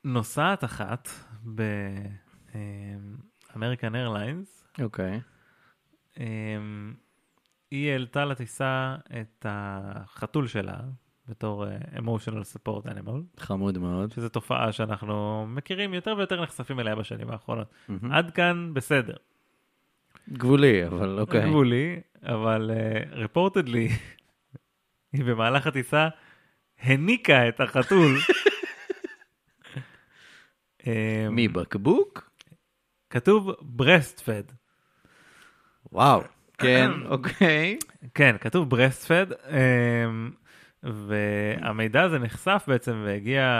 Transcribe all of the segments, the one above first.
נוסעת אחת באמריקן איירליינס, אוקיי. היא העלתה לטיסה את החתול שלה, בתור emotional support animal, חמוד מאוד. שזו תופעה שאנחנו מכירים יותר ויותר נחשפים אליה בשנים האחרונות. עד כאן בסדר. גבולי, אבל אוקיי. גבולי, אבל reportedly, היא במהלך הטיסה הניקה את החתול. מבקבוק? כתוב breastfed. וואו. כן, אוקיי. כן, כתוב breastfed, והמידע הזה נחשף בעצם והגיע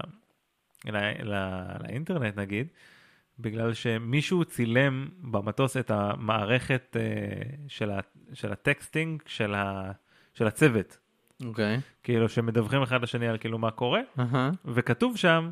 לאינטרנט נגיד, בגלל שמישהו צילם במטוס את המערכת של הטקסטינג של הצוות. אוקיי. כאילו שמדווחים אחד לשני על כאילו מה קורה, וכתוב שם,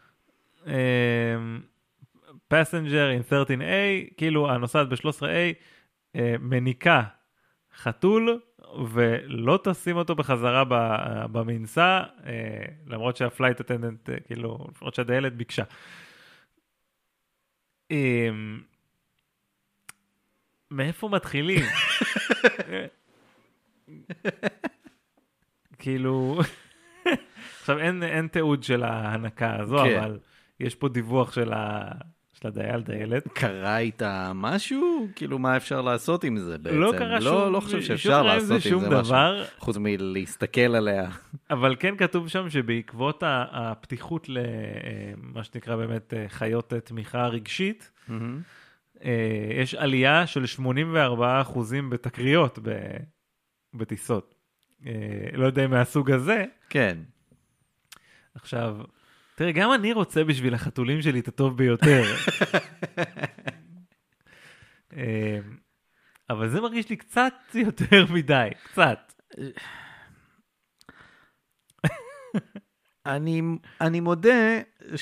passenger in 13A, כאילו הנוסעת ב-13A, מניקה חתול, ולא תשים אותו בחזרה במנסה, למרות שהפלייט אטנדנט, כאילו, למרות שהדיילת ביקשה. מאיפה מתחילים? כאילו, עכשיו אין תיעוד של ההנקה הזו, אבל יש פה דיווח של הדייל, דיילת. קרה איתה משהו? כאילו, מה אפשר לעשות עם זה בעצם? לא קרה שום, לא חושב שאפשר לעשות עם זה משהו. חוץ מלהסתכל עליה. אבל כן כתוב שם שבעקבות הפתיחות למה שנקרא באמת חיות תמיכה רגשית, יש עלייה של 84% בתקריות בטיסות. לא יודע אם מהסוג הזה. כן. עכשיו, תראה, גם אני רוצה בשביל החתולים שלי את הטוב ביותר. אבל זה מרגיש לי קצת יותר מדי, קצת. אני מודה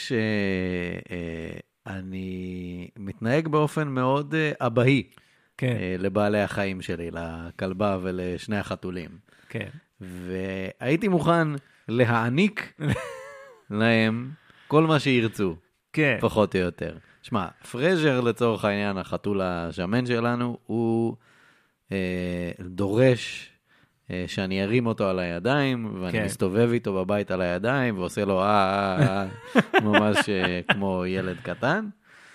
שאני מתנהג באופן מאוד אבהי לבעלי החיים שלי, לכלבה ולשני החתולים. כן. והייתי מוכן להעניק להם כל מה שירצו, פחות או יותר. שמע, פרז'ר לצורך העניין, החתול השמן שלנו, הוא דורש שאני ארים אותו על הידיים, ואני מסתובב איתו בבית על הידיים, ועושה לו ממש כמו ילד קטן.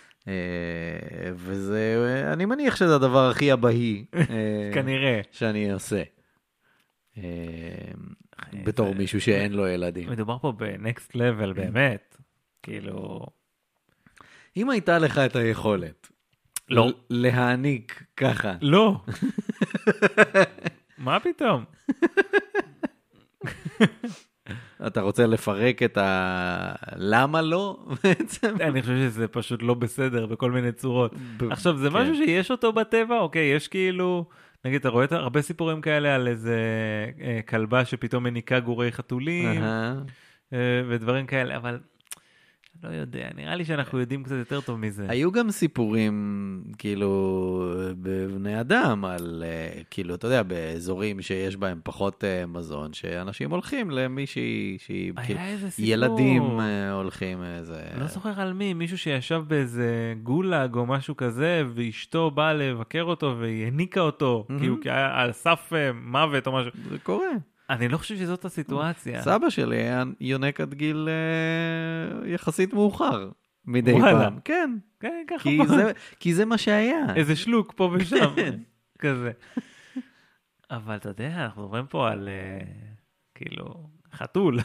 וזה, אני מניח שזה הדבר הכי אבהי כנראה שאני עושה. בתור מישהו שאין לו ילדים. מדובר פה בנקסט לבל באמת, כאילו... אם הייתה לך את היכולת להעניק ככה. לא. מה פתאום? אתה רוצה לפרק את למה לא בעצם? אני חושב שזה פשוט לא בסדר בכל מיני צורות. עכשיו, זה משהו שיש אותו בטבע? אוקיי, יש כאילו... נגיד, אתה רואה הרבה סיפורים כאלה על איזה כלבה שפתאום מניקה גורי חתולים, ודברים כאלה, אבל לא יודע, נראה לי שאנחנו יודעים קצת יותר טוב מזה. היו גם סיפורים, כאילו, בבני אדם, על, כאילו, אתה יודע, באזורים שיש בהם פחות מזון, שאנשים הולכים למישהי, כאילו, ילדים הולכים איזה... לא זוכר על מי, מישהו שישב באיזה גולאג או משהו כזה, ואשתו באה לבקר אותו והיא הניקה אותו, כאילו, על סף מוות או משהו. זה קורה. אני לא חושב שזאת הסיטואציה. סבא שלי היה יונק עד גיל יחסית מאוחר. מדי פעם. כן. כן, ככה. כי זה מה שהיה. איזה שלוק פה ושם. כזה. אבל אתה יודע, אנחנו מדברים פה על כאילו חתול.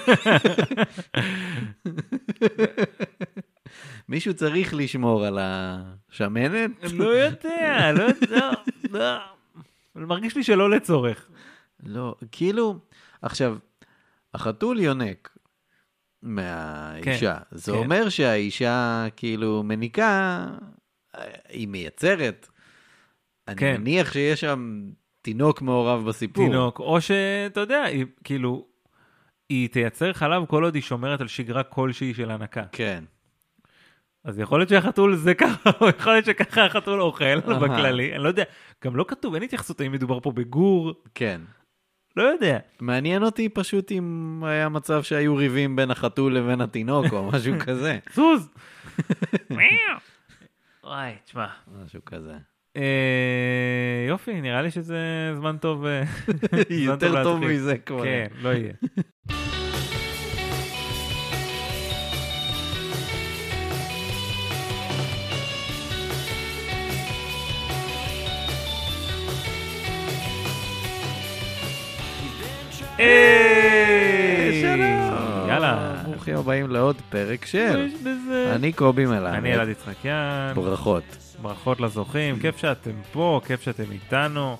מישהו צריך לשמור על השמנת? לא יודע, לא. מרגיש לי שלא לצורך. לא, כאילו, עכשיו, החתול יונק מהאישה. זה אומר שהאישה כאילו מניקה, היא מייצרת. אני מניח שיש שם תינוק מעורב בסיפור. תינוק, או שאתה יודע, כאילו, היא תייצר חלב כל עוד היא שומרת על שגרה כלשהי של הנקה. כן. אז יכול להיות שהחתול זה ככה, או יכול להיות שככה החתול אוכל בכללי, אני לא יודע, גם לא כתוב, אין התייחסות האם מדובר פה בגור. כן. לא יודע. מעניין אותי פשוט אם היה מצב שהיו ריבים בין החתול לבין התינוק או משהו כזה. סוז! וואי, תשמע. משהו כזה. יופי, נראה לי שזה זמן טוב. יותר טוב מזה כבר. כן, לא יהיה. שלום. יאללה. ברוכים הבאים לעוד פרק של אני קובי מלמד. אני אלעד יצחקיאן. ברכות. ברכות לזוכים, כיף שאתם פה, כיף שאתם איתנו.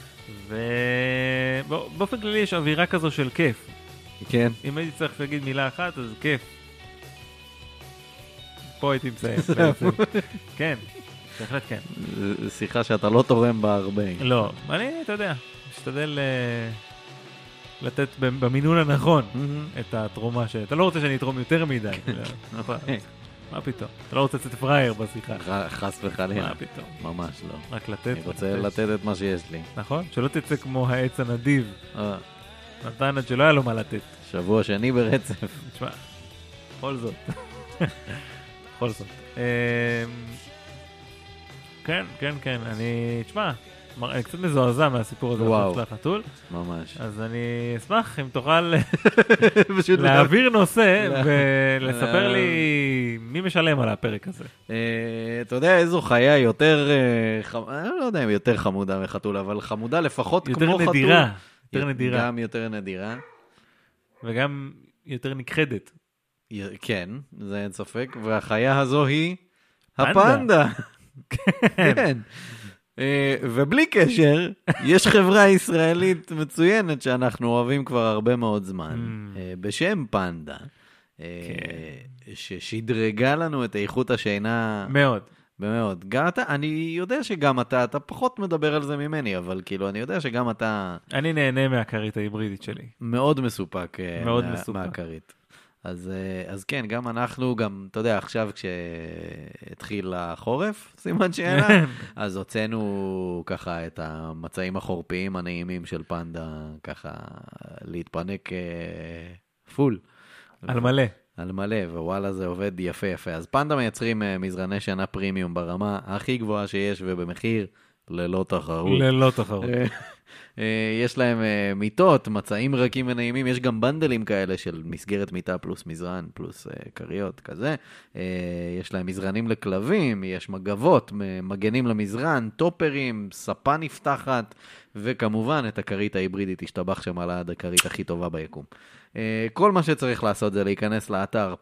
ובאופן כללי יש אווירה כזו של כיף. כן. אם הייתי צריך להגיד מילה אחת, אז כיף. פה הייתי מסיים. כן, בהחלט כן. שיחה שאתה לא תורם בה הרבה. לא, אני, אתה יודע, משתדל לתת במינון הנכון את התרומה אתה לא רוצה שאני אתרום יותר מדי. מה פתאום? אתה לא רוצה לצאת פרייר בשיחה. חס וחלילה. מה פתאום? ממש לא. רק לתת. אני רוצה לתת את מה שיש לי. נכון? שלא תצא כמו העץ הנדיב. נתן עד שלא היה לו מה לתת. שבוע שני ברצף. תשמע, בכל זאת. בכל זאת. כן, כן, כן. תשמע, אני קצת מזועזע מהסיפור הזה של החתול. ממש. אז אני אשמח אם תוכל להעביר נושא ולספר לי מי משלם על הפרק הזה. אתה יודע איזו חיה יותר, אני לא יודע אם יותר חמודה מחתול, אבל חמודה לפחות כמו חתול. יותר נדירה. גם יותר נדירה. וגם יותר נכחדת. כן, זה אין ספק. והחיה הזו היא הפנדה. כן. ובלי קשר, יש חברה ישראלית מצוינת שאנחנו אוהבים כבר הרבה מאוד זמן, בשם פנדה, ששדרגה לנו את איכות השינה. מאוד. במאוד. גם אתה, אני יודע שגם אתה פחות מדבר על זה ממני, אבל כאילו אני יודע שגם אתה... אני נהנה מהקרית ההיברידית שלי. מאוד מסופק מהקרית. אז כן, גם אנחנו, גם, אתה יודע, עכשיו כשהתחיל החורף, סימן שאלה, אז הוצאנו ככה את המצעים החורפיים הנעימים של פנדה, ככה להתפנק פול. על מלא. על מלא, ווואלה זה עובד יפה יפה. אז פנדה מייצרים מזרני שינה פרימיום ברמה הכי גבוהה שיש ובמחיר ללא תחרות. ללא תחרות. יש להם מיטות, מצעים רכים ונעימים, יש גם בנדלים כאלה של מסגרת מיטה פלוס מזרן, פלוס קריות, כזה. יש להם מזרנים לכלבים, יש מגבות, מגנים למזרן, טופרים, ספה נפתחת, וכמובן את הקרית ההיברידית, השתבח שם על עד הקרית הכי טובה ביקום. כל מה שצריך לעשות זה להיכנס לאתר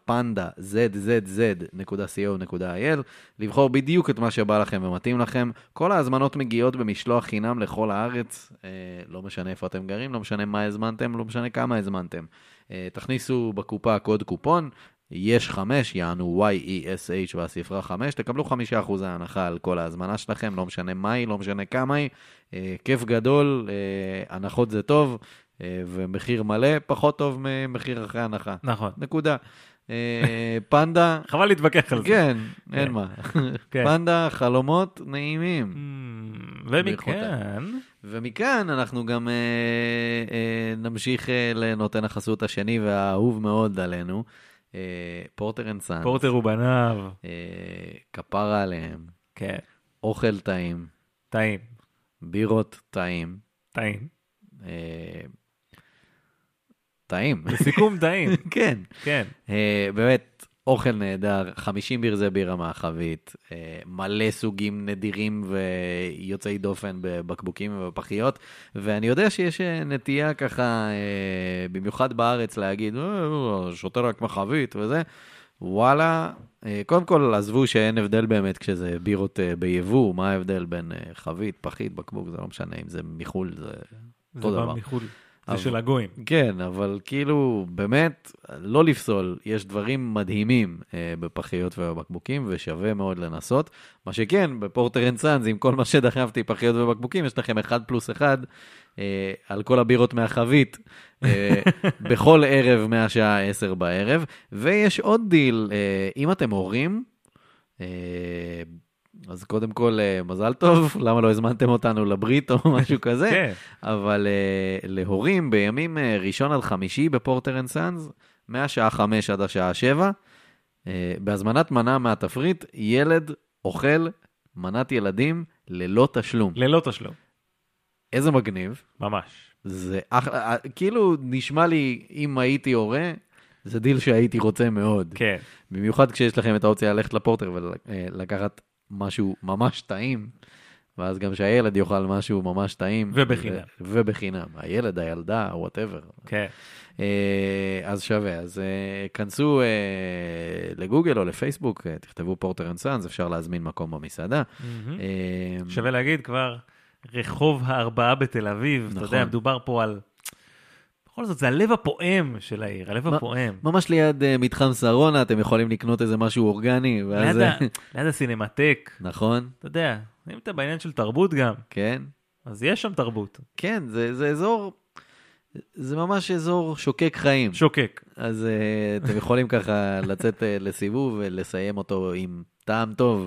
panda.zzz.co.il, לבחור בדיוק את מה שבא לכם ומתאים לכם. כל ההזמנות מגיעות במשלוח חינם לכל הארץ, לא משנה איפה אתם גרים, לא משנה מה הזמנתם, לא משנה כמה הזמנתם. תכניסו בקופה קוד קופון, יש 5, יענו YESH והספרה 5, תקבלו 5% ההנחה על כל ההזמנה שלכם, לא משנה מה היא, לא משנה כמה היא, כיף גדול, הנחות זה טוב, ומחיר מלא פחות טוב ממחיר אחרי הנחה. נכון. נקודה. פנדה... חבל להתווכח על זה. כן, אין מה. פנדה, חלומות נעימים. ומכאן אנחנו גם נמשיך לנותן החסות השני והאהוב מאוד עלינו. פורטר אנד סאנס. פורטר ובניו. כפרה עליהם. כן. אוכל טעים. טעים. בירות טעים. טעים. טעים. לסיכום טעים. כן. כן. באמת, אוכל נהדר, 50 ברזי בירה מהחבית, מלא סוגים נדירים ויוצאי דופן בבקבוקים ובפחיות, ואני יודע שיש נטייה ככה, במיוחד בארץ, להגיד, שותה רק מחבית וזה, וואלה, קודם כל עזבו שאין הבדל באמת כשזה בירות ביבוא, מה ההבדל בין חבית, פחית, בקבוק, זה לא משנה, אם זה מחול, זה אותו דבר. זה מחול. זה של הגויים. כן, אבל כאילו, באמת, לא לפסול, יש דברים מדהימים בפחיות ובבקבוקים, ושווה מאוד לנסות. מה שכן, בפורטר אנד סאנס, עם כל מה שדחפתי, פחיות ובקבוקים, יש לכם 1+1 על כל הבירות מהחבית, בכל ערב מהשעה 10 בערב, ויש עוד דיל, אם אתם הורים, אז קודם כל, מזל טוב, למה לא הזמנתם אותנו לברית או משהו כזה? כן. אבל להורים בימים ראשון עד חמישי בפורטר אנד סאנס, מהשעה 5 עד השעה 7, בהזמנת מנה מהתפריט, ילד אוכל מנת ילדים ללא תשלום. ללא תשלום. איזה מגניב. ממש. זה אחלה, כאילו נשמע לי, אם הייתי הורה, זה דיל שהייתי רוצה מאוד. כן. במיוחד כשיש לכם את האופציה ללכת לפורטר ולקחת משהו ממש טעים, ואז גם שהילד יאכל משהו ממש טעים. ובחינם. ובחינם. הילד, הילדה, whatever. כן. אז שווה. אז כנסו לגוגל או לפייסבוק, תכתבו פורטר אנד סאנס, אפשר להזמין מקום במסעדה. שווה להגיד כבר, רחוב הארבעה בתל אביב, אתה יודע, מדובר פה על... בכל זאת, זה הלב הפועם של העיר, הלב הפועם. ממש ליד מתחם שרונה, אתם יכולים לקנות איזה משהו אורגני. ליד הסינמטק. נכון. אתה יודע, אם אתה בעניין של תרבות גם. כן. אז יש שם תרבות. כן, זה אזור, זה ממש אזור שוקק חיים. שוקק. אז אתם יכולים ככה לצאת לסיבוב ולסיים אותו עם טעם טוב.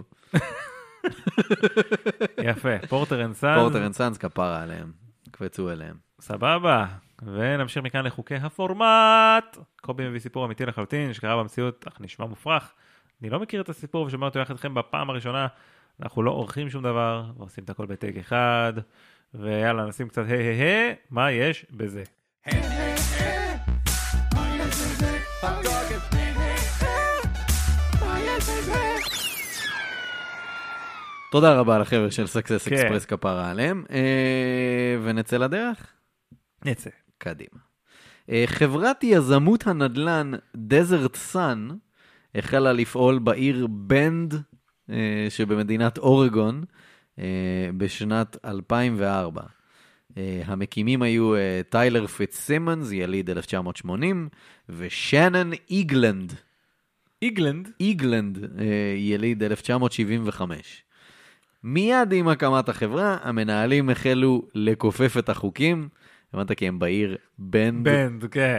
יפה, פורטר אנד סאנס. פורטר אנד סאנס כפרה עליהם, קפצו אליהם. סבבה, ונמשיך מכאן לחוקי הפורמט. קובי מביא סיפור אמיתי לחלוטין, שקרה במציאות, אך נשמע מופרך. אני לא מכיר את הסיפור ושומע אותו יחד לכם בפעם הראשונה. אנחנו לא עורכים שום דבר, ועושים את הכל בטייק אחד. ויאללה, נשים קצת מה יש בזה? תודה רבה לחבר'ה של סקסס אקספרס כפרה עליהם, ונצא לדרך? נצא. קדימה. חברת יזמות הנדל"ן דזרט סאן החלה לפעול בעיר בנד שבמדינת אורגון בשנת 2004. המקימים היו טיילר פיטסימונס, יליד 1980, ושנן איגלנד. איגלנד? איגלנד, יליד 1975. מיד עם הקמת החברה, המנהלים החלו לכופף את החוקים. הבנת כי הם בעיר בנד. בנד, כן.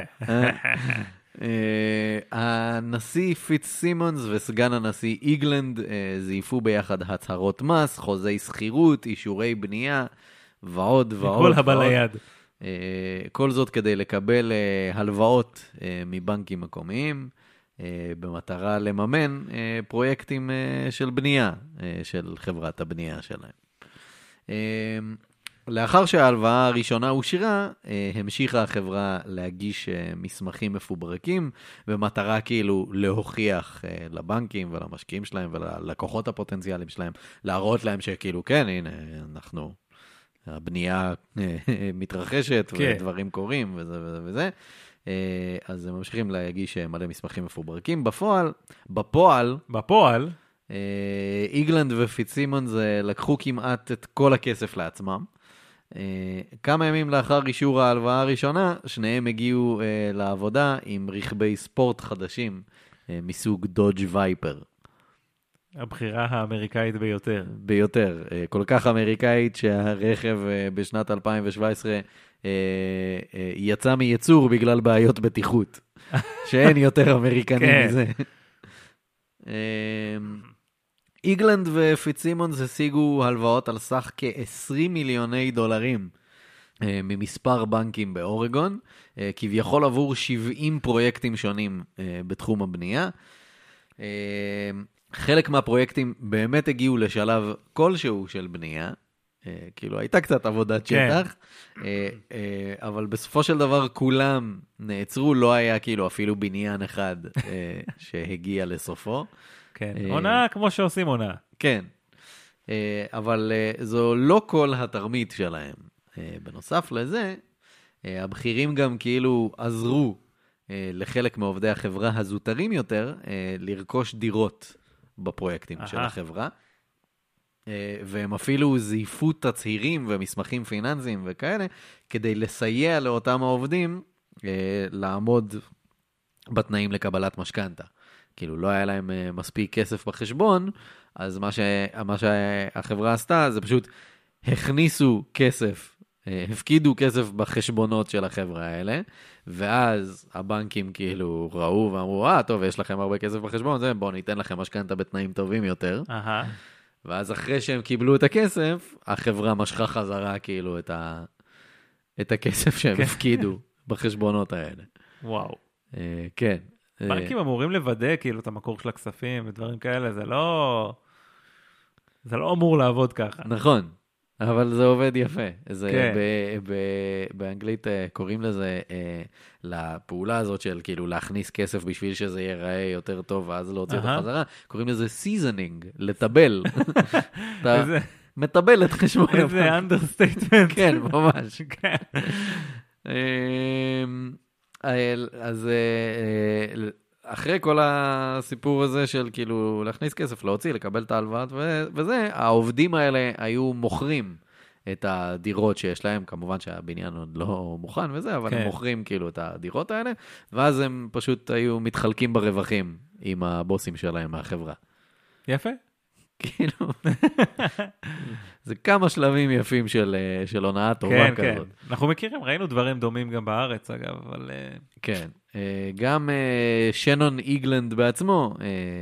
הנשיא פיטסימונס וסגן הנשיא איגלנד זייפו ביחד הצהרות מס, חוזי שכירות, אישורי בנייה, ועוד ועוד. כל הבא ליד. כל זאת כדי לקבל הלוואות מבנקים מקומיים, במטרה לממן פרויקטים של בנייה, של חברת הבנייה שלהם. לאחר שההלוואה הראשונה אושרה, המשיכה החברה להגיש מסמכים מפוברקים, במטרה כאילו להוכיח לבנקים ולמשקיעים שלהם וללקוחות הפוטנציאליים שלהם, להראות להם שכאילו כן, הנה, אנחנו, הבנייה מתרחשת ודברים קורים וזה וזה. אז הם ממשיכים להגיש מלא מסמכים מפוברקים. בפועל, איגלנד ופיטסימונס לקחו כמעט את כל הכסף לעצמם. כמה ימים לאחר אישור ההלוואה הראשונה, שניהם הגיעו לעבודה עם רכבי ספורט חדשים מסוג דודג' וייפר. הבחירה האמריקאית ביותר. ביותר. כל כך אמריקאית שהרכב בשנת 2017 יצא מייצור בגלל בעיות בטיחות. שאין יותר אמריקני מזה. איגלנד ופיטסימונס השיגו הלוואות על סך כ-$20 מיליון ממספר בנקים באורגון, כביכול עבור 70 פרויקטים שונים בתחום הבנייה. חלק מהפרויקטים באמת הגיעו לשלב כלשהו של בנייה, כאילו הייתה קצת עבודת שטח, אבל בסופו של דבר כולם נעצרו, לא היה כאילו אפילו בניין אחד שהגיע לסופו. כן, עונה כמו שעושים עונה. כן, אבל זו לא כל התרמית שלהם. בנוסף לזה, הבכירים גם כאילו עזרו לחלק מעובדי החברה הזוטרים יותר, לרכוש דירות בפרויקטים של החברה. והם אפילו זייפו תצהירים ומסמכים פיננסיים וכאלה, כדי לסייע לאותם העובדים לעמוד בתנאים לקבלת משכנתה. כאילו לא היה להם מספיק כסף בחשבון, אז מה שהחברה עשתה זה פשוט הכניסו כסף, הפקידו כסף בחשבונות של החברה האלה, ואז הבנקים כאילו ראו ואמרו, טוב, יש לכם הרבה כסף בחשבון, בואו ניתן לכם משכנתה בתנאים טובים יותר. ואז אחרי שהם קיבלו את הכסף, החברה משכה חזרה כאילו את הכסף שהם הפקידו בחשבונות האלה. וואו. כן. בנקים אמורים לוודא כאילו את המקור של הכספים ודברים כאלה, זה לא אמור לעבוד ככה. נכון, אבל זה עובד יפה. באנגלית קוראים לזה, לפעולה הזאת של כאילו להכניס כסף בשביל שזה ייראה יותר טוב, ואז להוציא אותו חזרה, קוראים לזה seasoning, לטבל. אתה מטבל את חשבון. איזה understatement. כן, ממש. אז אחרי כל הסיפור הזה של כאילו להכניס כסף, להוציא, לקבל את ההלוואות וזה, העובדים האלה היו מוכרים את הדירות שיש להם, כמובן שהבניין עוד לא מוכן וזה, אבל הם מוכרים כאילו את הדירות האלה, ואז הם פשוט היו מתחלקים ברווחים עם הבוסים שלהם מהחברה. יפה. כאילו, זה כמה שלבים יפים של הונאה טובה כזאת. כן, אנחנו מכירים, ראינו דברים דומים גם בארץ אגב, אבל... כן, גם שנון איגלנד בעצמו,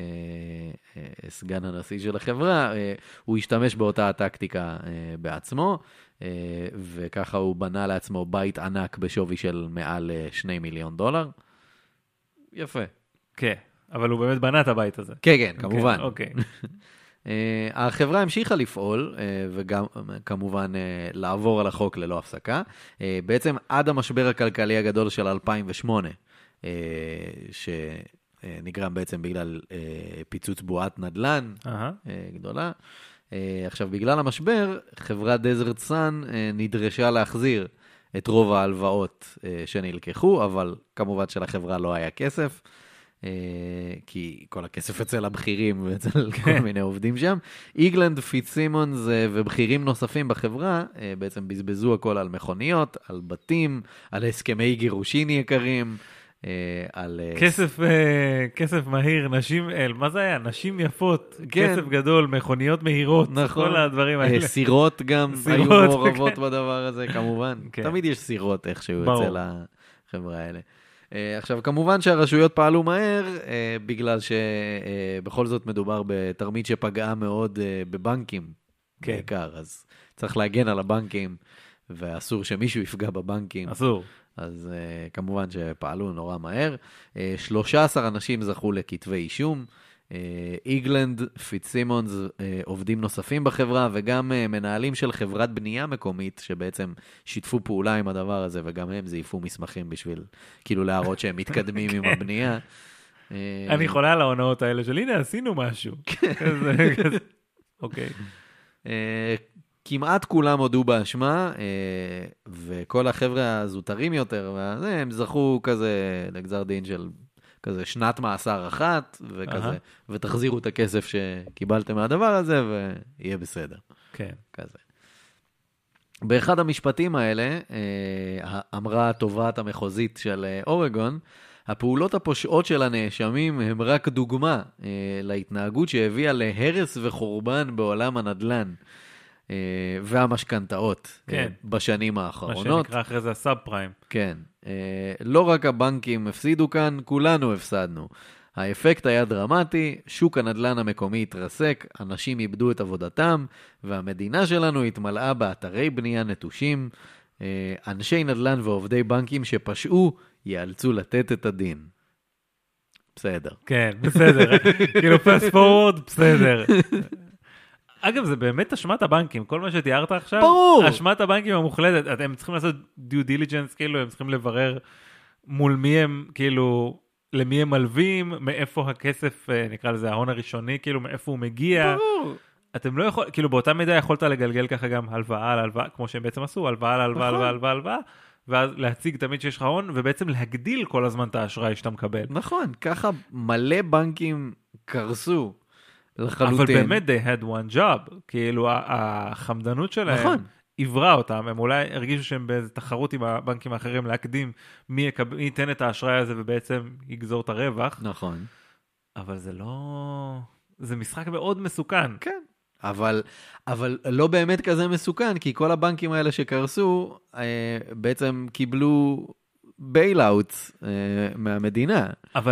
סגן הנשיא של החברה, הוא השתמש באותה הטקטיקה בעצמו, וככה הוא בנה לעצמו בית ענק בשווי של מעל $2 מיליון. יפה. כן, אבל הוא באמת בנה את הבית הזה. כן, כן, כמובן. אוקיי. החברה המשיכה לפעול, וגם כמובן לעבור על החוק ללא הפסקה, בעצם עד המשבר הכלכלי הגדול של 2008, שנגרם בעצם בגלל פיצוץ בועת נדל"ן גדולה. עכשיו, בגלל המשבר, חברת דזרט סאן נדרשה להחזיר את רוב ההלוואות שנלקחו, אבל כמובן שלחברה לא היה כסף, כי כל הכסף אצל הבכירים ואצל כל מיני עובדים שם. איגלנד, פיטסימונס ובכירים נוספים בחברה בעצם בזבזו הכל על מכוניות, על בתים, על הסכמי גירושין יקרים, על... כסף מהיר, נשים, מה זה היה? נשים יפות, כסף גדול, מכוניות מהירות, כל הדברים האלה. סירות גם היו מעורבות בדבר הזה, כמובן. תמיד יש סירות איכשהו אצל החברה האלה. עכשיו, כמובן שהרשויות פעלו מהר, בגלל שבכל זאת מדובר בתרמית שפגעה מאוד בבנקים, בעיקר. אז צריך להגן על הבנקים, ואסור שמישהו יפגע בבנקים. אסור. אז כמובן שפעלו נורא מהר. 13 אנשים זכו לכתבי אישום. איגלנד, פיטסימונס, עובדים נוספים בחברה, וגם מנהלים של חברת בנייה מקומית, שבעצם שיתפו פעולה עם הדבר הזה, וגם הם זייפו מסמכים בשביל כאילו להראות שהם מתקדמים עם הבנייה. אני חולה על ההונאות האלה של הנה, עשינו משהו. אוקיי. כמעט כולם הודו באשמה, וכל החבר'ה הזוטרים יותר, הם זכו כזה לגזר דין של כזה שנת מאסר אחת, וכזה, ותחזירו את הכסף שקיבלתם מהדבר הזה, ויהיה בסדר. כן. כזה. באחד המשפטים האלה, אמרה התובעת המחוזית של אורגון, הפעולות הפושעות של הנאשמים הם רק דוגמה להתנהגות שהביאה להרס וחורבן בעולם הנדל"ן. והמשכנתאות בשנים האחרונות. מה שנקרא אחרי זה הסאב פריים. כן. לא רק הבנקים הפסידו כאן, כולנו הפסדנו. האפקט היה דרמטי, שוק הנדל"ן המקומי התרסק, אנשים איבדו את עבודתם, והמדינה שלנו התמלאה באתרי בנייה נטושים. אנשי נדל"ן ועובדי בנקים שפשעו ייאלצו לתת את הדין. בסדר. כן, בסדר. כאילו פסט פורוורד, בסדר. אגב, זה באמת אשמת הבנקים, כל מה שתיארת עכשיו, ברור. אשמת הבנקים המוחלטת, הם צריכים לעשות due diligence, כאילו, הם צריכים לברר מול מי הם, כאילו, למי הם מלווים, מאיפה הכסף, נקרא לזה, ההון הראשוני, כאילו, מאיפה הוא מגיע. ברור. אתם לא יכול, כאילו, באותה מידה יכולת לגלגל ככה גם הלוואה על הלוואה, כמו שהם בעצם עשו, הלוואה על הלוואה, הלוואה, הלוואה, הלוואה, ואז להציג תמיד שיש לך הון, ובעצם להגדיל כל הזמן את האשראי שאתה מקבל. נכון, ככה מלא בנקים קרסו. לחלוטין. אבל באמת they had one job, כאילו החמדנות שלהם נכון. עברה אותם, הם אולי הרגישו שהם באיזו תחרות עם הבנקים האחרים להקדים מי ייתן את האשראי הזה ובעצם יגזור את הרווח. נכון. אבל זה לא... זה משחק מאוד מסוכן. כן. אבל לא באמת כזה מסוכן, כי כל הבנקים האלה שקרסו בעצם קיבלו בייל-אוטס מהמדינה. אבל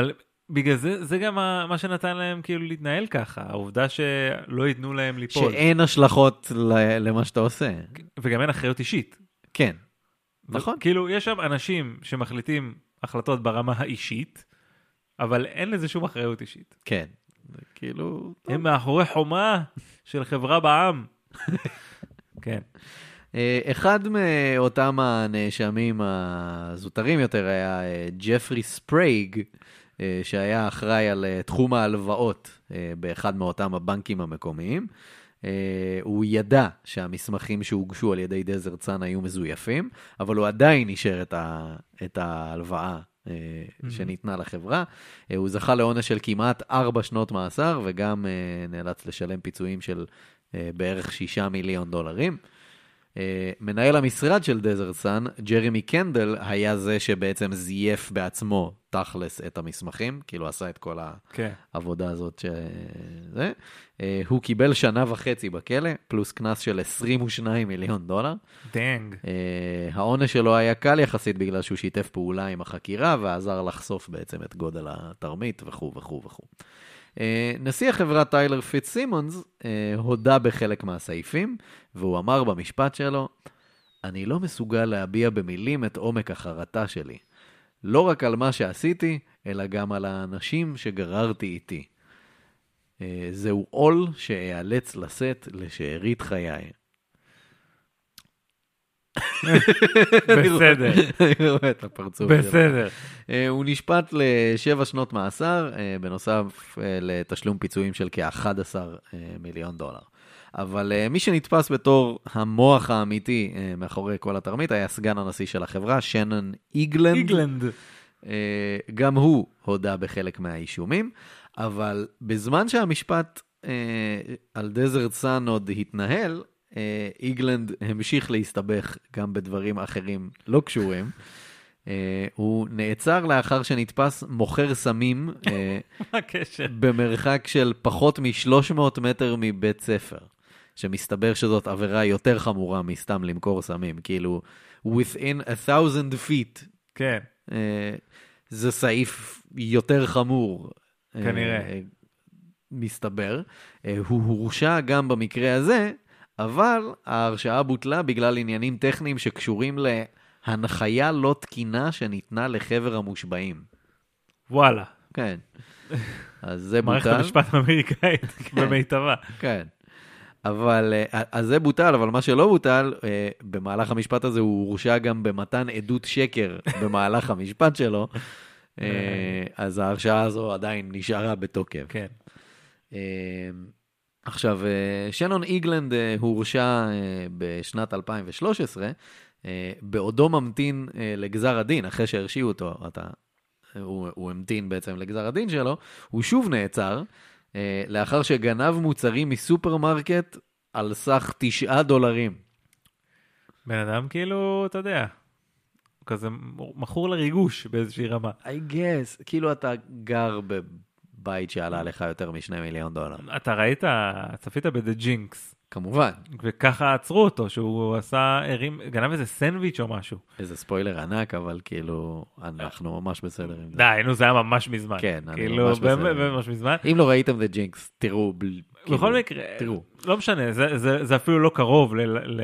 בגלל זה גם מה שנתן להם כאילו להתנהל ככה, העובדה שלא ייתנו להם ליפול. שאין השלכות למה שאתה עושה. וגם אין אחריות אישית. כן, נכון. כאילו, יש שם אנשים שמחליטים החלטות ברמה האישית, אבל אין לזה שום אחריות אישית. כן, כאילו... הם מאחורי חומה של חברה בעם. כן. אחד מאותם הנאשמים הזוטרים יותר היה ג'פרי ספרייג, שהיה אחראי על תחום ההלוואות באחד מאותם הבנקים המקומיים. הוא ידע שהמסמכים שהוגשו על ידי דזרט סאן היו מזויפים, אבל הוא עדיין אישר את ההלוואה שניתנה לחברה. הוא זכה לעונש של כמעט 4 שנות מאסר, וגם נאלץ לשלם פיצויים של בערך $6 מיליון. מנהל המשרד של דזרט סאן, ג'רמי קנדל, היה זה שבעצם זייף בעצמו תכלס את המסמכים, כאילו עשה את כל העבודה הזאת שזה. הוא קיבל 1.5 שנה בכלא, פלוס קנס של $22 מיליון. דנג. העונש שלו היה קל יחסית בגלל שהוא שיתף פעולה עם החקירה, ועזר לחשוף בעצם את גודל התרמית וכו' וכו' וכו'. נשיא החברה טיילר פיטסימונס הודה בחלק מהסעיפים, והוא אמר במשפט שלו, אני לא מסוגל להביע במילים את עומק החרטה שלי. לא רק על מה שעשיתי, אלא גם על האנשים שגררתי איתי. זהו עול שאיאלץ לשאת לשארית חיי. בסדר. בסדר. הוא נשפט ל7 שנות מאסר, בנוסף לתשלום פיצויים של כ$11 מיליון. אבל מי שנתפס בתור המוח האמיתי מאחורי כל התרמית, היה סגן הנשיא של החברה, שנון איגלנד. גם הוא הודה בחלק מהאישומים, אבל בזמן שהמשפט על דזרט סאן עוד התנהל, איגלנד המשיך להסתבך גם בדברים אחרים לא קשורים. הוא נעצר לאחר שנתפס מוכר סמים במרחק של פחות מ-300 מטר מבית ספר, שמסתבר שזאת עבירה יותר חמורה מסתם למכור סמים, כאילו within 1,000 feet. כן. זה סעיף יותר חמור. כנראה. מסתבר. הוא הורשע גם במקרה הזה, אבל ההרשעה בוטלה בגלל עניינים טכניים שקשורים להנחיה לא תקינה שניתנה לחבר המושבעים. וואלה. כן. אז זה בוטל. מערכת המשפט האמריקאית במיטבה. כן. אז זה בוטל, אבל מה שלא בוטל, במהלך המשפט הזה הוא הורשע גם במתן עדות שקר במהלך המשפט שלו, אז ההרשעה הזו עדיין נשארה בתוקף. כן. עכשיו, שנון איגלנד הורשע בשנת 2013, בעודו ממתין לגזר הדין, אחרי שהרשיעו אותו, הוא המתין בעצם לגזר הדין שלו, הוא שוב נעצר, לאחר שגנב מוצרים מסופרמרקט על סך $9. בן אדם כאילו, אתה יודע, כזה מכור לריגוש באיזושהי רמה. I guess, כאילו אתה גר בבית שעלה לך יותר $2 מיליון. אתה ראית, צפית ב-The Jinx. כמובן. וככה עצרו אותו, שהוא עשה, גנב איזה סנדוויץ' או משהו. איזה ספוילר ענק, אבל כאילו, אנחנו ממש בסדר עם זה. די, נו, זה היה ממש מזמן. כן, אני כאילו, ממש בסדר. ממש מזמן. אם לא ראיתם The Jinx, תראו. בכל מקרה, תראו. לא משנה, זה אפילו לא קרוב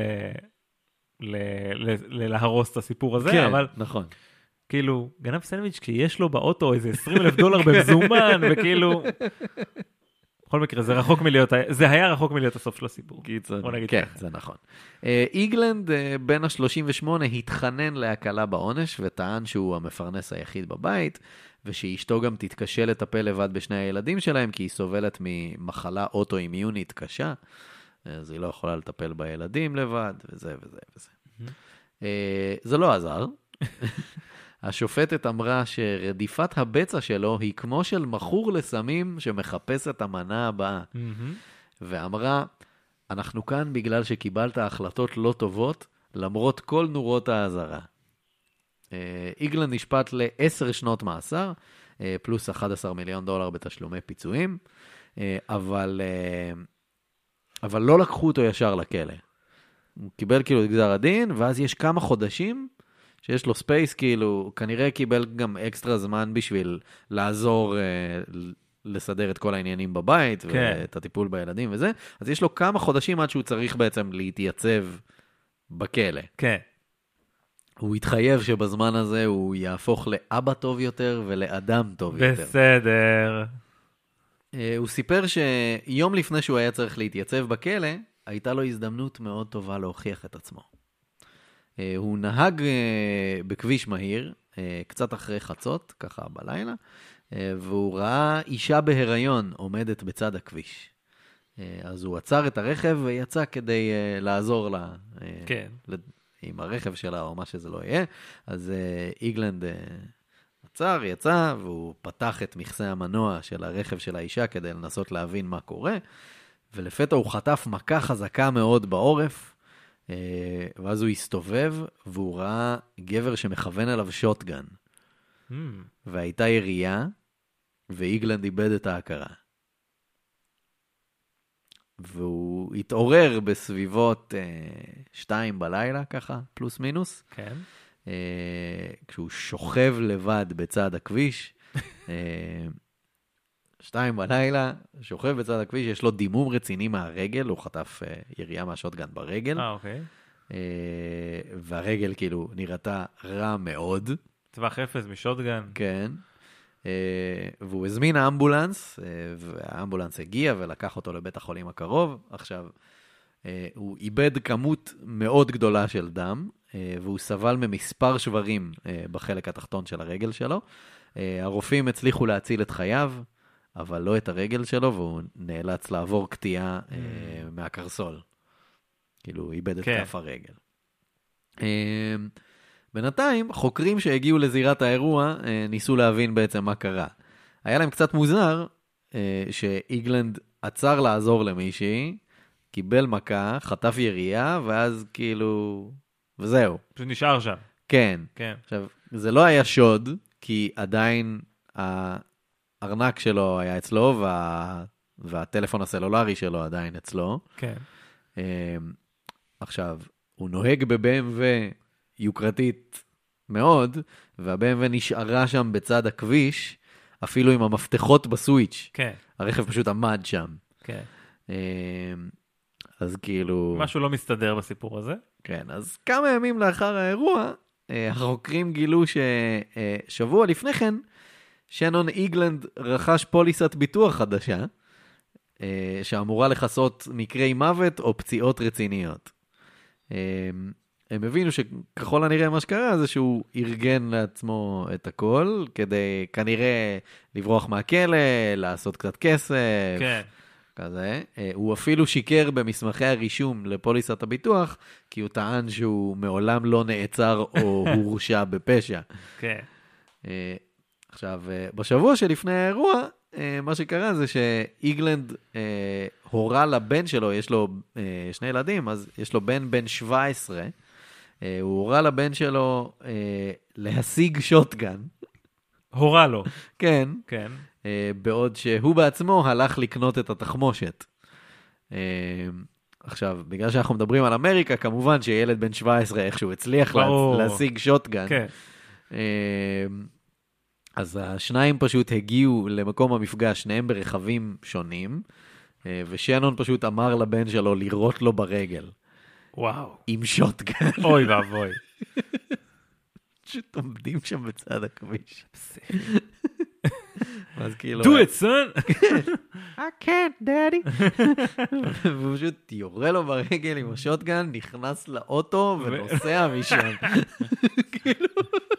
להרוס את הסיפור הזה, אבל... נכון. כאילו, גנב סנדוויץ' כי יש לו באוטו איזה $20,000 במזומן, וכאילו... בכל מקרה, זה היה רחוק מלהיות הסוף של הסיפור. כן, זה נכון. איגלנד, בן ה-38, התחנן להקלה בעונש, וטען שהוא המפרנס היחיד בבית, ושאשתו גם תתקשה לטפל לבד בשני הילדים שלהם, כי היא סובלת ממחלה אוטואימיונית קשה, אז היא לא יכולה לטפל בילדים לבד, וזה וזה וזה. זה לא עזר. השופטת אמרה שרדיפת הבצע שלו היא כמו של מכור לסמים שמחפש את המנה הבאה. ואמרה, אנחנו כאן בגלל שקיבלת החלטות לא טובות, למרות כל נורות האזהרה. איגלנד נשפט ל10 שנות מאסר, פלוס $11 מיליון בתשלומי פיצויים, אבל לא לקחו אותו ישר לכלא. הוא קיבל כאילו את גזר הדין, ואז יש כמה חודשים שיש לו ספייס, כאילו, כנראה קיבל גם אקסטרה זמן בשביל לעזור לסדר את כל העניינים בבית, ואת הטיפול בילדים וזה, אז יש לו כמה חודשים עד שהוא צריך בעצם להתייצב בכלא. כן. הוא התחייב שבזמן הזה הוא יהפוך לאבא טוב יותר ולאדם טוב יותר. בסדר. הוא סיפר שיום לפני שהוא היה צריך להתייצב בכלא, הייתה לו הזדמנות מאוד טובה להוכיח את עצמו. הוא נהג בכביש מהיר, קצת אחרי חצות, ככה בלילה, והוא ראה אישה בהיריון עומדת בצד הכביש. אז הוא עצר את הרכב ויצא כדי לעזור לה. כן. עם הרכב שלה או מה שזה לא יהיה. אז איגלנד עצר, יצא, והוא פתח את מכסה המנוע של הרכב של האישה כדי לנסות להבין מה קורה, ולפתע הוא חטף מכה חזקה מאוד בעורף, ואז הוא הסתובב, והוא ראה גבר שמכוון עליו שוטגן. והייתה ירייה, ואיגלנד איבד את ההכרה. והוא התעורר בסביבות 2 בלילה, ככה, פלוס מינוס. כן. כשהוא שוכב לבד בצד הכביש. 2 בלילה, שוכב בצד הכביש, יש לו דימום רציני מהרגל, הוא חטף ירייה מהשוטגן ברגל. אוקיי. והרגל כאילו נראתה רע מאוד. טווח 0 משוטגן. כן. והוא הזמין האמבולנס, והאמבולנס הגיע ולקח אותו לבית החולים הקרוב. עכשיו, הוא איבד כמות מאוד גדולה של דם, והוא סבל ממספר שברים בחלק התחתון של הרגל שלו. הרופאים הצליחו להציל את חייו, אבל לא את הרגל שלו, והוא נאלץ לעבור קטיעה מהקרסול. כאילו, הוא איבד את כף הרגל. בינתיים, חוקרים שהגיעו לזירת האירוע ניסו להבין בעצם מה קרה. היה להם קצת מוזר שאיגלנד עצר לעזור למישהי, קיבל מכה, חטף ירייה, ואז כאילו... וזהו. פשוט נשאר שם. כן. כן. עכשיו, זה לא היה שוד, כי עדיין הארנק שלו היה אצלו, והטלפון הסלולרי שלו עדיין אצלו. כן. עכשיו, הוא נוהג ב-BMW יוקרתית מאוד, וה-BMW נשארה שם בצד הכביש, אפילו עם המפתחות בסוויץ'. כן. הרכב פשוט עמד שם. כן. אז כאילו... משהו לא מסתדר בסיפור הזה. כן, אז כמה ימים לאחר האירוע, החוקרים גילו ששבוע לפני כן, שנון איגלנד רכש פוליסת ביטוח חדשה, שאמורה לחסות מקרי מוות או פציעות רציניות. הם הבינו שככל הנראה מה שקרה זה שהוא ארגן לעצמו את הכל, כדי כנראה לברוח מהכלא, לעשות קצת כסף, כן. כזה. הוא אפילו שיקר במסמכי הרישום לפוליסת הביטוח, כי הוא טען שהוא מעולם לא נעצר או הורשע בפשע. כן. עכשיו, בשבוע שלפני האירוע, מה שקרה זה שאיגלנד הורה לבן שלו, יש לו 2 ילדים, אז יש לו בן 17, הוא הורה לבן שלו להשיג שוטגן. הורה לו. כן. כן. בעוד שהוא בעצמו הלך לקנות את התחמושת. עכשיו, בגלל שאנחנו מדברים על אמריקה, כמובן שילד בן 17 איכשהו הצליח להשיג שוטגן. כן. אז השניים פשוט הגיעו למקום המפגש, שניהם ברכבים שונים, ושנון פשוט אמר לבן שלו לירות לו ברגל. וואו. עם שוטגן. אוי ואבוי. פשוט עומדים שם בצד הכביש. אז כאילו... Do it, son! I can't, daddy. והוא פשוט יורה לו ברגל עם השוטגן, נכנס לאוטו ונוסע משם. כאילו...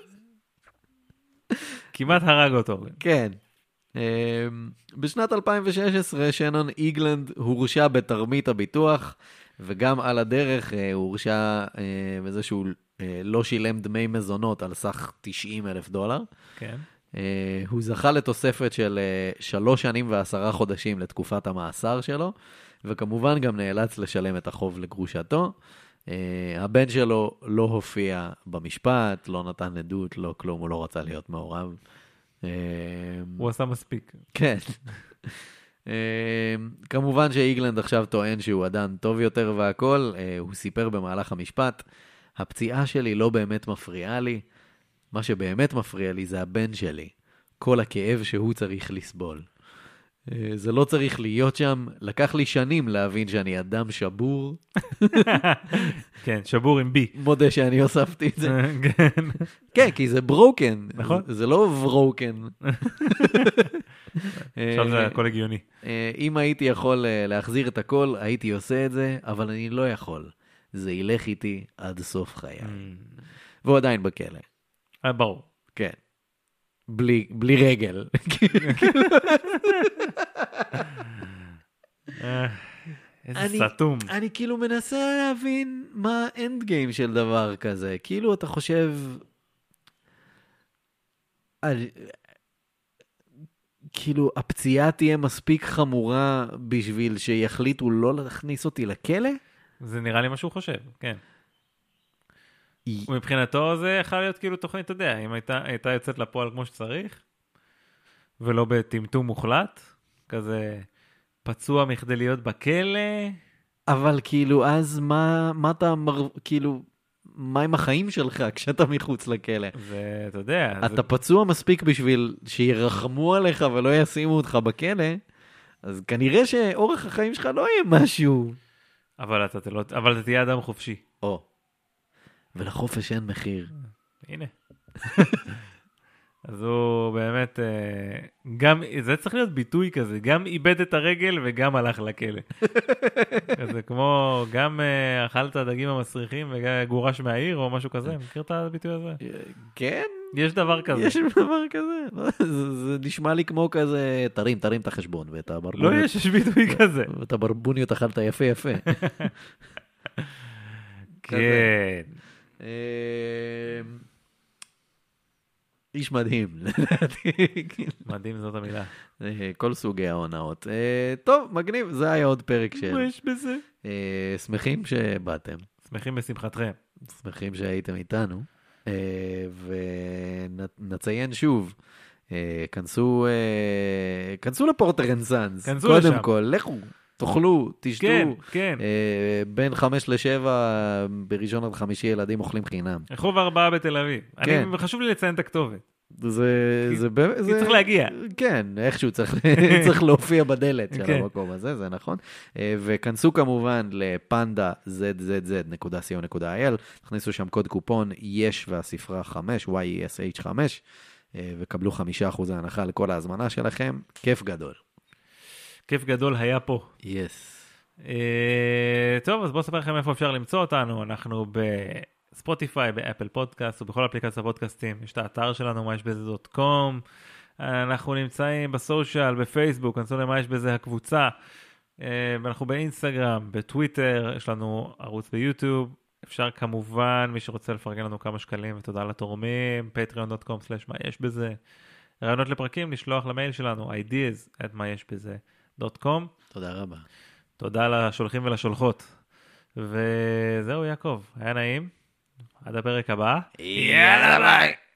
כמעט הרג אותו. כן. בשנת 2016, שנון איגלנד הורשע בתרמית הביטוח, וגם על הדרך הוא הורשע בזה שהוא לא שילם דמי מזונות על סך $90,000. כן. הוא זכה לתוספת של 3 שנים ו10 חודשים לתקופת המאסר שלו, וכמובן גם נאלץ לשלם את החוב לגרושתו. הבן שלו לא הופיע במשפט, לא נתן עדות, לא כלום, הוא לא רצה להיות מעורב. הוא עשה מספיק. כן. כמובן שאיגלנד עכשיו טוען שהוא אדם טוב יותר והכל, הוא סיפר במהלך המשפט, הפציעה שלי לא באמת מפריעה לי, מה שבאמת מפריע לי זה הבן שלי, כל הכאב שהוא צריך לסבול. זה לא צריך להיות שם, לקח לי שנים להבין שאני אדם שבור. כן, שבור עם בי. מודה שאני הוספתי את זה. כן, כי זה ברוקן, נכון. זה לא ברוקן. עכשיו זה הכל הגיוני. אם הייתי יכול להחזיר את הכל, הייתי עושה את זה, אבל אני לא יכול. זה ילך איתי עד סוף חיי. והוא עדיין בכלא. ברור. כן. בלי רגל. איזה סתום. אני כאילו מנסה להבין מה האנד גיים של דבר כזה. כאילו אתה חושב... כאילו הפציעה תהיה מספיק חמורה בשביל שיחליטו לא להכניס אותי לכלא? זה נראה לי מה שהוא חושב, כן. ומבחינתו זה יכול להיות כאילו תוכנית, אתה יודע, אם הייתה יוצאת לפועל כמו שצריך, ולא בטמטום מוחלט, כזה פצוע מכדי להיות בכלא. אבל כאילו, אז מה אתה כאילו, מה עם החיים שלך כשאתה מחוץ לכלא? זה, אתה יודע. אתה פצוע מספיק בשביל שירחמו עליך ולא ישימו אותך בכלא, אז כנראה שאורך החיים שלך לא יהיה משהו. אבל אתה תהיה אדם חופשי. או. ולחופש אין מחיר. הנה. אז הוא באמת, גם, זה צריך להיות ביטוי כזה, גם איבד את הרגל וגם הלך לכלא. כזה כמו, גם אכל את הדגים המסריחים וגורש מהעיר או משהו כזה, מכיר את הביטוי הזה? כן? יש דבר כזה. יש דבר כזה. זה נשמע לי כמו כזה, תרים את החשבון ואת הברבוניות. לא יש ביטוי כזה. ואת הברבוניות אכלת יפה יפה. כן. איש מדהים. מדהים זאת המילה. כל סוגי ההונאות. טוב, מגניב, זה היה עוד פרק של... מה יש בזה? שמחים שבאתם. שמחים בשמחתכם. שמחים שהייתם איתנו. ונציין שוב, כנסו לפורטר אנד סאנס. קודם כל, לכו. תאכלו, תשתו. כן, כן. בין 5 ל-7, בראשון עד חמישי ילדים אוכלים חינם. רחוב 4 בתל אביב. כן. חשוב לי לציין את הכתובת. זה צריך להגיע. כן, איכשהו צריך להופיע בדלת של המקום הזה, זה נכון. וכנסו כמובן לפנדה zzz.co.il, תכניסו שם קוד קופון יש והספרה 5, YESH 5, וקבלו 5% הנחה לכל ההזמנה שלכם. כיף גדול. כיף גדול היה פה. טוב, אז בואו נספר לכם איפה אפשר למצוא אותנו. אנחנו בספוטיפיי, באפל פודקאסט ובכל אפליקציות הפודקאסטים. יש את האתר שלנו, מה יש בזה.com. אנחנו נמצאים בסושיאל, בפייסבוק, כנסו למה יש בזה הקבוצה. ואנחנו באינסטגרם, בטוויטר, יש לנו ערוץ ביוטיוב. אפשר כמובן, מי שרוצה לפרגן לנו כמה שקלים, ותודה לתורמים, patreon.com/מה יש בזה. רעיונות לפרקים, לשלוח למייל שלנו, ideas@mayesbeze.com. תודה רבה. תודה לשולחים ולשולחות. וזהו יעקב, היה נעים. עד הפרק הבא. יאללה ביי.